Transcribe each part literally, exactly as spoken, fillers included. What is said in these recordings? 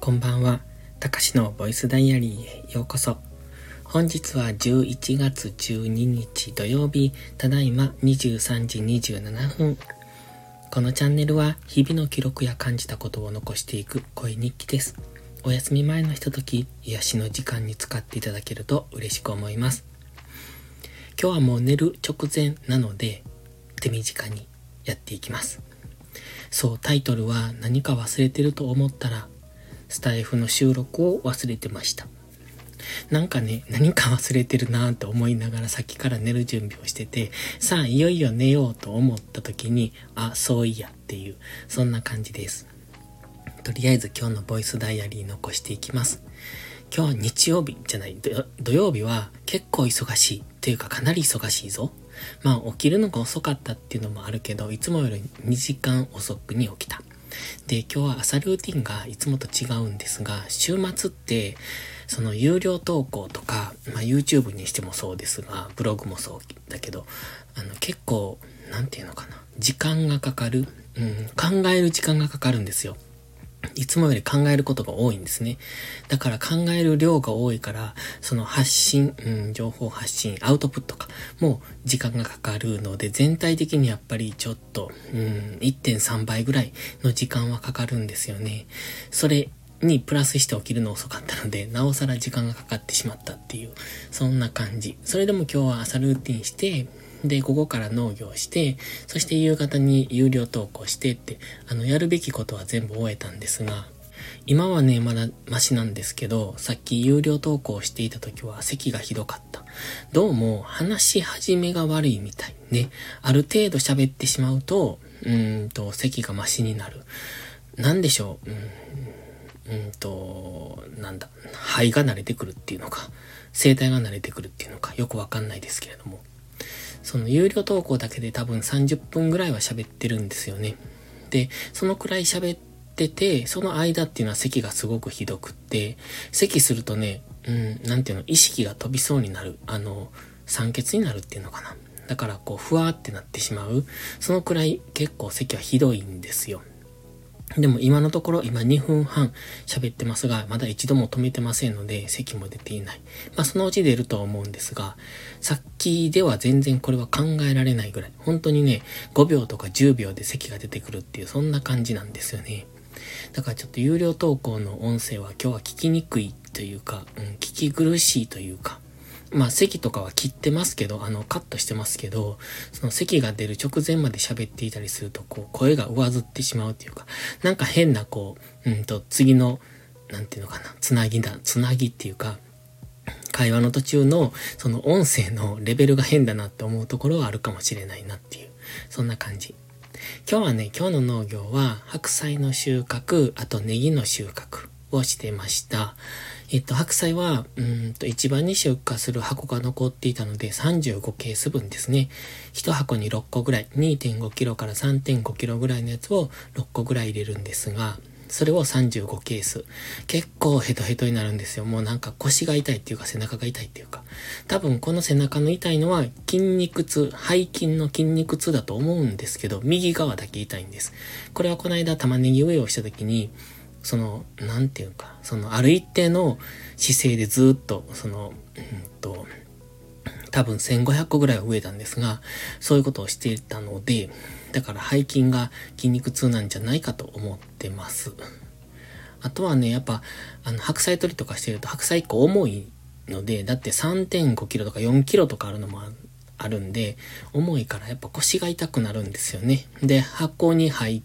こんばんは。たかしのボイスダイアリーへようこそ。本日はじゅういちがつじゅうににち土曜日、ただいまにじゅうさんじにじゅうななふん。このチャンネルは日々の記録や感じたことを残していく声日記です。お休み前のひととき、癒しの時間に使っていただけると嬉しく思います。今日はもう寝る直前なので、手短にやっていきます。そう、タイトルは何か忘れてると思ったら、スタイフの収録を忘れてました。なんかね、何か忘れてるなぁと思いながらさっきから寝る準備をしてて、さあいよいよ寝ようと思った時に、あ、そういやっていう、そんな感じです。とりあえず今日のボイスダイアリー残していきます。今日は日曜日じゃない、土曜日は結構忙しいっていうかかなり忙しいぞ。まあ起きるのが遅かったっていうのもあるけど、いつもよりにじかん遅くに起きた。で、今日は朝ルーティンがいつもと違うんですが、週末ってその有料投稿とか、まあ YouTube にしてもそうですが、ブログもそうだけど、あの結構なんていうのかな、時間がかかる、うん、考える時間がかかるんですよ。いつもより考えることが多いんですね。だから考える量が多いから、その発信、うん、情報発信、アウトプットか、もう時間がかかるので、全体的にやっぱりちょっと、うん、いってんさんばいぐらいの時間はかかるんですよね。それにプラスして起きるの遅かったので、なおさら時間がかかってしまったっていう、そんな感じ。それでも今日は朝ルーティンして、で、午後から農業して、そして夕方に有料投稿してって、あの、やるべきことは全部終えたんですが、今はね、まだマシなんですけど、さっき有料投稿していた時は咳がひどかった。どうも、話し始めが悪いみたいね。ある程度喋ってしまうと、うーんと、咳がマシになる。なんでしょう、うーん、うーんと、なんだ、肺が慣れてくるっていうのか、声帯が慣れてくるっていうのか、よくわかんないですけれども。その有料投稿だけで多分さんじゅっぷんぐらいは喋ってるんですよね。で、そのくらい喋ってて、その間っていうのは咳がすごくひどくって、咳するとね、うん、なんていうの、意識が飛びそうになる。あの、酸欠になるっていうのかな。だからこう、ふわーってなってしまう。そのくらい結構咳はひどいんですよ。でも今のところ今にふんはん喋ってますが、まだ一度も止めてませんので、咳も出ていない。まあそのうち出るとは思うんですが、さっきでは全然これは考えられないぐらい、本当にね、ごびょうとかじゅうびょうで咳が出てくるっていう、そんな感じなんですよね。だからちょっと有料投稿の音声は今日は聞きにくいというか、うん、聞き苦しいというか、まあ咳とかは切ってますけど、あのカットしてますけど、その咳が出る直前まで喋っていたりすると、こう声が上ずってしまうというか、なんか変なこう、うんと次の、なんていうのかな、つなぎだ、つなぎっていうか、会話の途中のその音声のレベルが変だなって思うところはあるかもしれないなっていう、そんな感じ。今日はね、今日の農業は白菜の収穫、あとネギの収穫をしてました。えっと、白菜は、うんと、一番に出荷する箱が残っていたので、さんじゅうごケースぶんですね。一箱にろっこぐらい、にてんごキロからさんてんごキロぐらいのやつをろっこぐらい入れるんですが、それをさんじゅうごケース。結構ヘトヘトになるんですよ。もうなんか腰が痛いっていうか背中が痛いっていうか。多分この背中の痛いのは筋肉痛、背筋の筋肉痛だと思うんですけど、右側だけ痛いんです。これはこの間玉ねぎ植えをした時に、その、なんていうか、その、ある一定の姿勢でずっと、その、うんと、多分せんごひゃっこぐらいは植えたんですが、そういうことをしていたので、だから背筋が筋肉痛なんじゃないかと思ってます。あとはね、やっぱ、あの、白菜取りとかしてると白菜いっこ重いので、だって さんてんごキロとかよんキロとかあるのもあるんで、重いからやっぱ腰が痛くなるんですよね。で、箱に入って、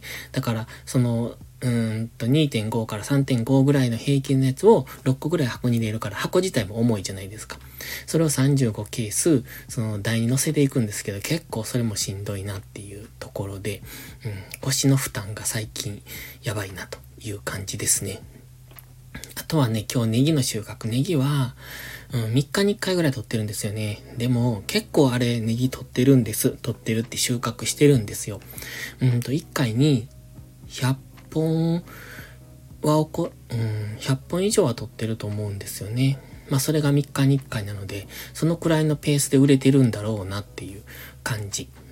だから、その、うーんと にてんご から さんてんご ぐらいの平均のやつをろっこぐらい箱に入れるから、箱自体も重いじゃないですか。それをさんじゅうごケース、その台に乗せていくんですけど、結構それもしんどいなっていうところで、うん、腰の負担が最近やばいなという感じですね。あとはね、今日ネギの収穫、ネギは、うん、みっかにいっかいぐらい取ってるんですよね。でも、結構あれネギ取ってるんです。取ってるって収穫してるんですよ。うんと、いっかいにひゃっぽんはおこ、うん、ひゃっぽん以上は取ってると思うんですよね。まあそれがみっかにいっかいなので、そのくらいのペースで売れてるんだろうなっていう感じ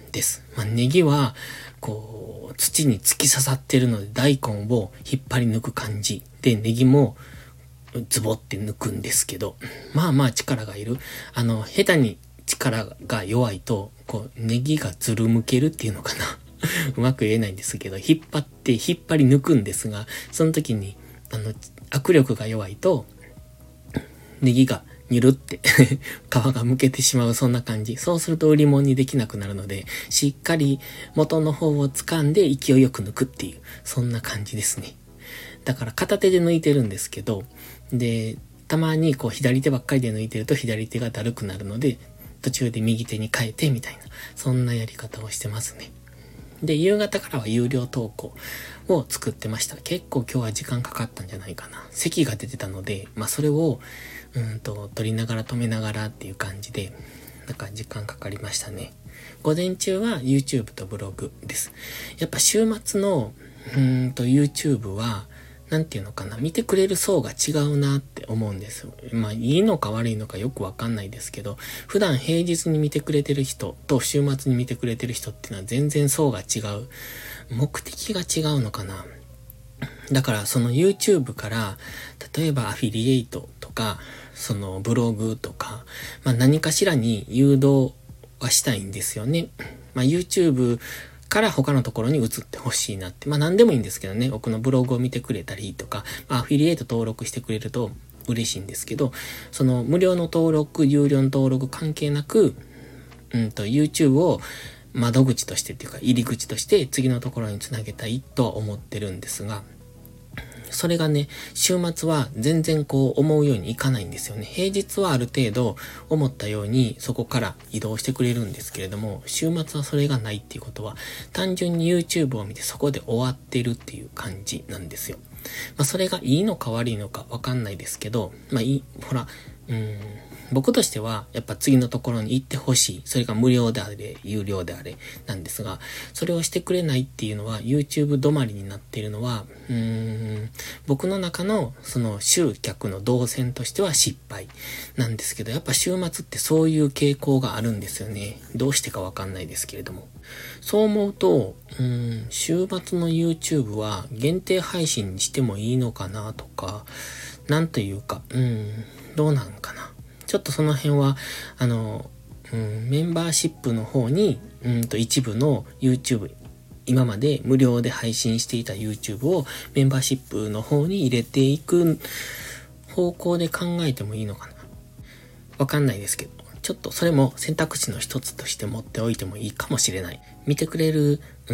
です。まあ、ネギは、こう、土に突き刺さってるので大根を引っ張り抜く感じ。で、ネギもズボって抜くんですけど、まあまあ力がいる。あの、下手に力が弱いと、こう、ネギがずるむけるっていうのかな。うまく言えないんですけど、引っ張って、引っ張り抜くんですが、その時に、あの、握力が弱いと、ネギがニュルって皮がむけてしまう、そんな感じ。そうすると売り物にできなくなるので、しっかり元の方を掴んで勢いよく抜くっていう、そんな感じですね。だから片手で抜いてるんですけど、で、たまにこう左手ばっかりで抜いてると左手がだるくなるので、途中で右手に変えてみたいな、そんなやり方をしてますね。で、夕方からは有料投稿を作ってました。結構今日は時間かかったんじゃないかな。咳が出てたので、まあそれを、うんと、撮りながら止めながらっていう感じで、なんか時間かかりましたね。午前中は YouTube とブログです。やっぱ週末の、うんと YouTube は、なんていうのかな、見てくれる層が違うなって思うんですよ。まあいいのか悪いのかよくわかんないですけど、普段平日に見てくれてる人と週末に見てくれてる人っていうのは全然層が違う。目的が違うのかな。だからその YouTube から例えばアフィリエイトとかそのブログとか、まあ、何かしらに誘導はしたいんですよね。まあ、YouTube から他のところに移ってほしいなって、まあ何でもいいんですけどね、僕のブログを見てくれたりとか、まあ、アフィリエイト登録してくれると嬉しいんですけど、その無料の登録、有料の登録関係なく、うんと YouTube を窓口としてっていうか入り口として次のところにつなげたいとは思ってるんですが、それがね、週末は全然こう思うようにいかないんですよね。平日はある程度思ったようにそこから移動してくれるんですけれども、週末はそれがないっていうことは、単純に YouTube を見てそこで終わってるっていう感じなんですよ。まあそれがいいのか悪いのかわかんないですけど、まあいい、ほら、うーん、僕としてはやっぱ次のところに行ってほしい。それが無料であれ、有料であれなんですが、それをしてくれないっていうのは YouTube 止まりになっているのは、うーん、僕の中のその集客の動線としては失敗なんですけど、やっぱ週末ってそういう傾向があるんですよね。どうしてかわかんないですけれども。そう思うと、うーん、週末の YouTube は限定配信にしてもいいのかなとか、なんというか、うーん、どうなんかな。ちょっとその辺は、あの、うん、メンバーシップの方に、うんと一部の YouTube、今まで無料で配信していた YouTube をメンバーシップの方に入れていく方向で考えてもいいのかな。わかんないですけど、ちょっとそれも選択肢の一つとして持っておいてもいいかもしれない。見てくれる、うん、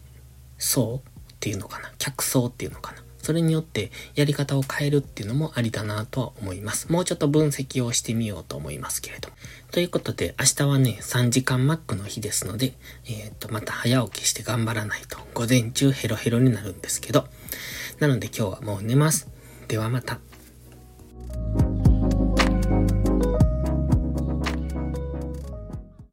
層っていうのかな。客層っていうのかな。それによってやり方を変えるっていうのもありだなとは思います。もうちょっと分析をしてみようと思いますけれども。ということで、明日はね、さんじかんマックの日ですので、えっと、また早起きして頑張らないと、午前中ヘロヘロになるんですけど、なので今日はもう寝ます。ではまた。